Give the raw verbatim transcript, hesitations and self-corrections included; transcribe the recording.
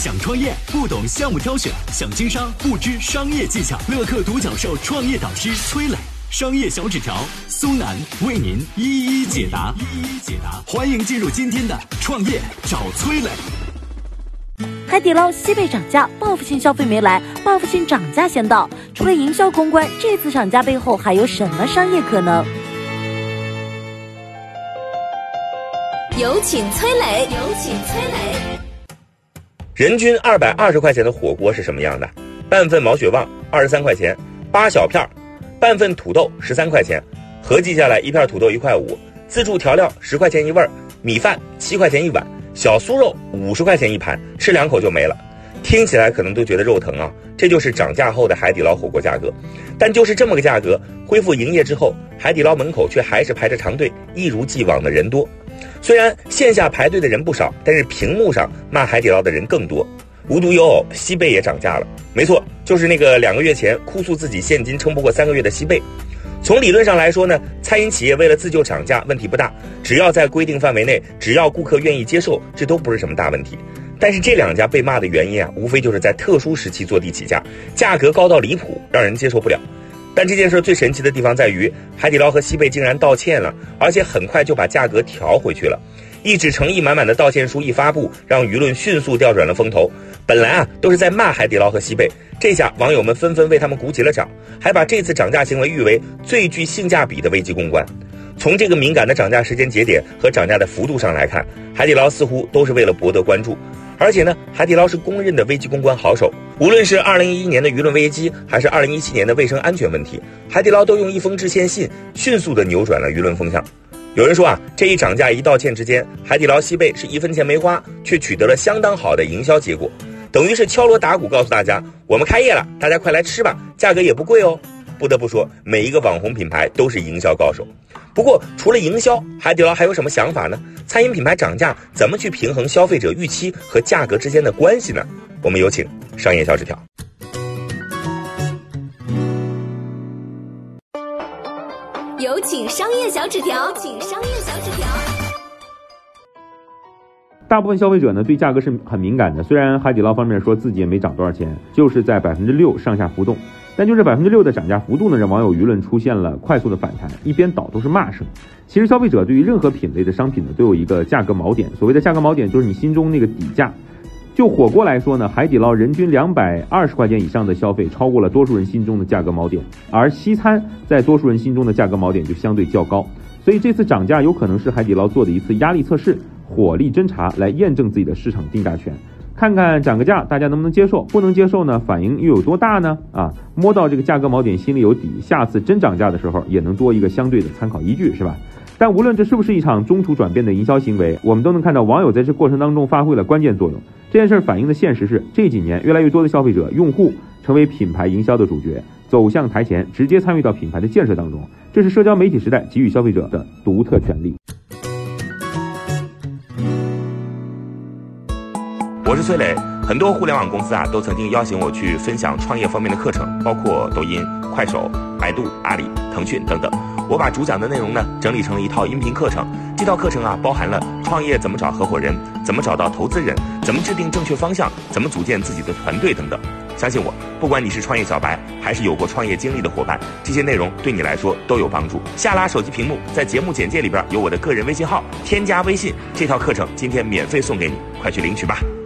想创业不懂项目挑选，想经商不知商业技巧。乐客独角兽创业导师崔磊，商业小纸条苏南为您一一解答。一一解答，欢迎进入今天的创业找崔磊。 海底捞西贝涨价，报复性消费没来，报复性涨价先到。除了营销公关，这次涨价背后还有什么商业可能？ 有请崔磊，有请崔磊。 人均二百二十块钱的火锅是什么样的？半份毛血旺二十三块钱，八小片，半份土豆十三块钱，合计下来一片土豆一块五，自助调料十块钱一味，米饭七块钱一碗，小酥肉五十块钱一盘，吃两口就没了。听起来可能都觉得肉疼啊，这就是涨价后的海底捞火锅价格。但就是这么个价格，恢复营业之后，海底捞门口却还是排着长队，一如既往的人多。虽然线下排队的人不少，但是屏幕上骂海底捞的人更多。无独有偶，西贝也涨价了。没错，就是那个两个月前哭诉自己现金撑不过三个月的西贝。从理论上来说呢，餐饮企业为了自救涨价问题不大，只要在规定范围内，只要顾客愿意接受，这都不是什么大问题。但是这两家被骂的原因啊，无非就是在特殊时期坐地起价，价格高到离谱，让人接受不了。但这件事最神奇的地方在于，海底捞和西贝竟然道歉了，而且很快就把价格调回去了。一纸诚意满满的道歉书一发布，让舆论迅速调转了风头。本来啊都是在骂海底捞和西贝，这下网友们纷纷为他们鼓起了掌，还把这次涨价行为誉为最具性价比的危机公关。从这个敏感的涨价时间节点和涨价的幅度上来看，海底捞似乎都是为了博得关注。而且呢，海底捞是公认的危机公关好手，无论是二零一一年的舆论危机，还是二零一七年的卫生安全问题，海底捞都用一封致歉信迅速地扭转了舆论风向。有人说啊，这一涨价一道歉之间，海底捞西贝是一分钱没花，却取得了相当好的营销结果，等于是敲锣打鼓告诉大家，我们开业了，大家快来吃吧，价格也不贵哦。不得不说，每一个网红品牌都是营销高手。不过除了营销，海底捞还有什么想法呢？餐饮品牌涨价怎么去平衡消费者预期和价格之间的关系呢？我们有请商业小纸条。 有请商业小纸条，请商业小纸条。 大部分消费者呢对价格是很敏感的，虽然海底捞方面说自己也没涨多少钱，就是在百分之六上下浮动，但就这百分之六的涨价幅度呢，让网友舆论出现了快速的反弹，一边倒都是骂声。其实消费者对于任何品类的商品呢，都有一个价格锚点，所谓的价格锚点就是你心中那个底价。就火锅来说呢，海底捞人均两百二十块钱以上的消费超过了多数人心中的价格锚点，而西餐在多数人心中的价格锚点就相对较高。所以这次涨价有可能是海底捞做的一次压力测试，火力侦查，来验证自己的市场定价权，看看涨个价大家能不能接受，不能接受呢，反应又有多大呢？啊，摸到这个价格锚点心里有底，下次真涨价的时候也能多一个相对的参考依据，是吧？但无论这是不是一场中途转变的营销行为，我们都能看到网友在这过程当中发挥了关键作用。这件事反映的现实是，这几年越来越多的消费者用户成为品牌营销的主角，走向台前，直接参与到品牌的建设当中，这是社交媒体时代给予消费者的独特权利。 我是崔磊，很多互联网公司啊都曾经邀请我去分享创业方面的课程，包括抖音、快手、百度、阿里、腾讯等等。我把主讲的内容呢整理成了一套音频课程，这套课程啊包含了创业怎么找合伙人，怎么找到投资人，怎么制定正确方向，怎么组建自己的团队等等。相信我，不管你是创业小白还是有过创业经历的伙伴，这些内容对你来说都有帮助。下拉手机屏幕，在节目简介里边有我的个人微信号，添加微信，这套课程今天免费送给你，快去领取吧。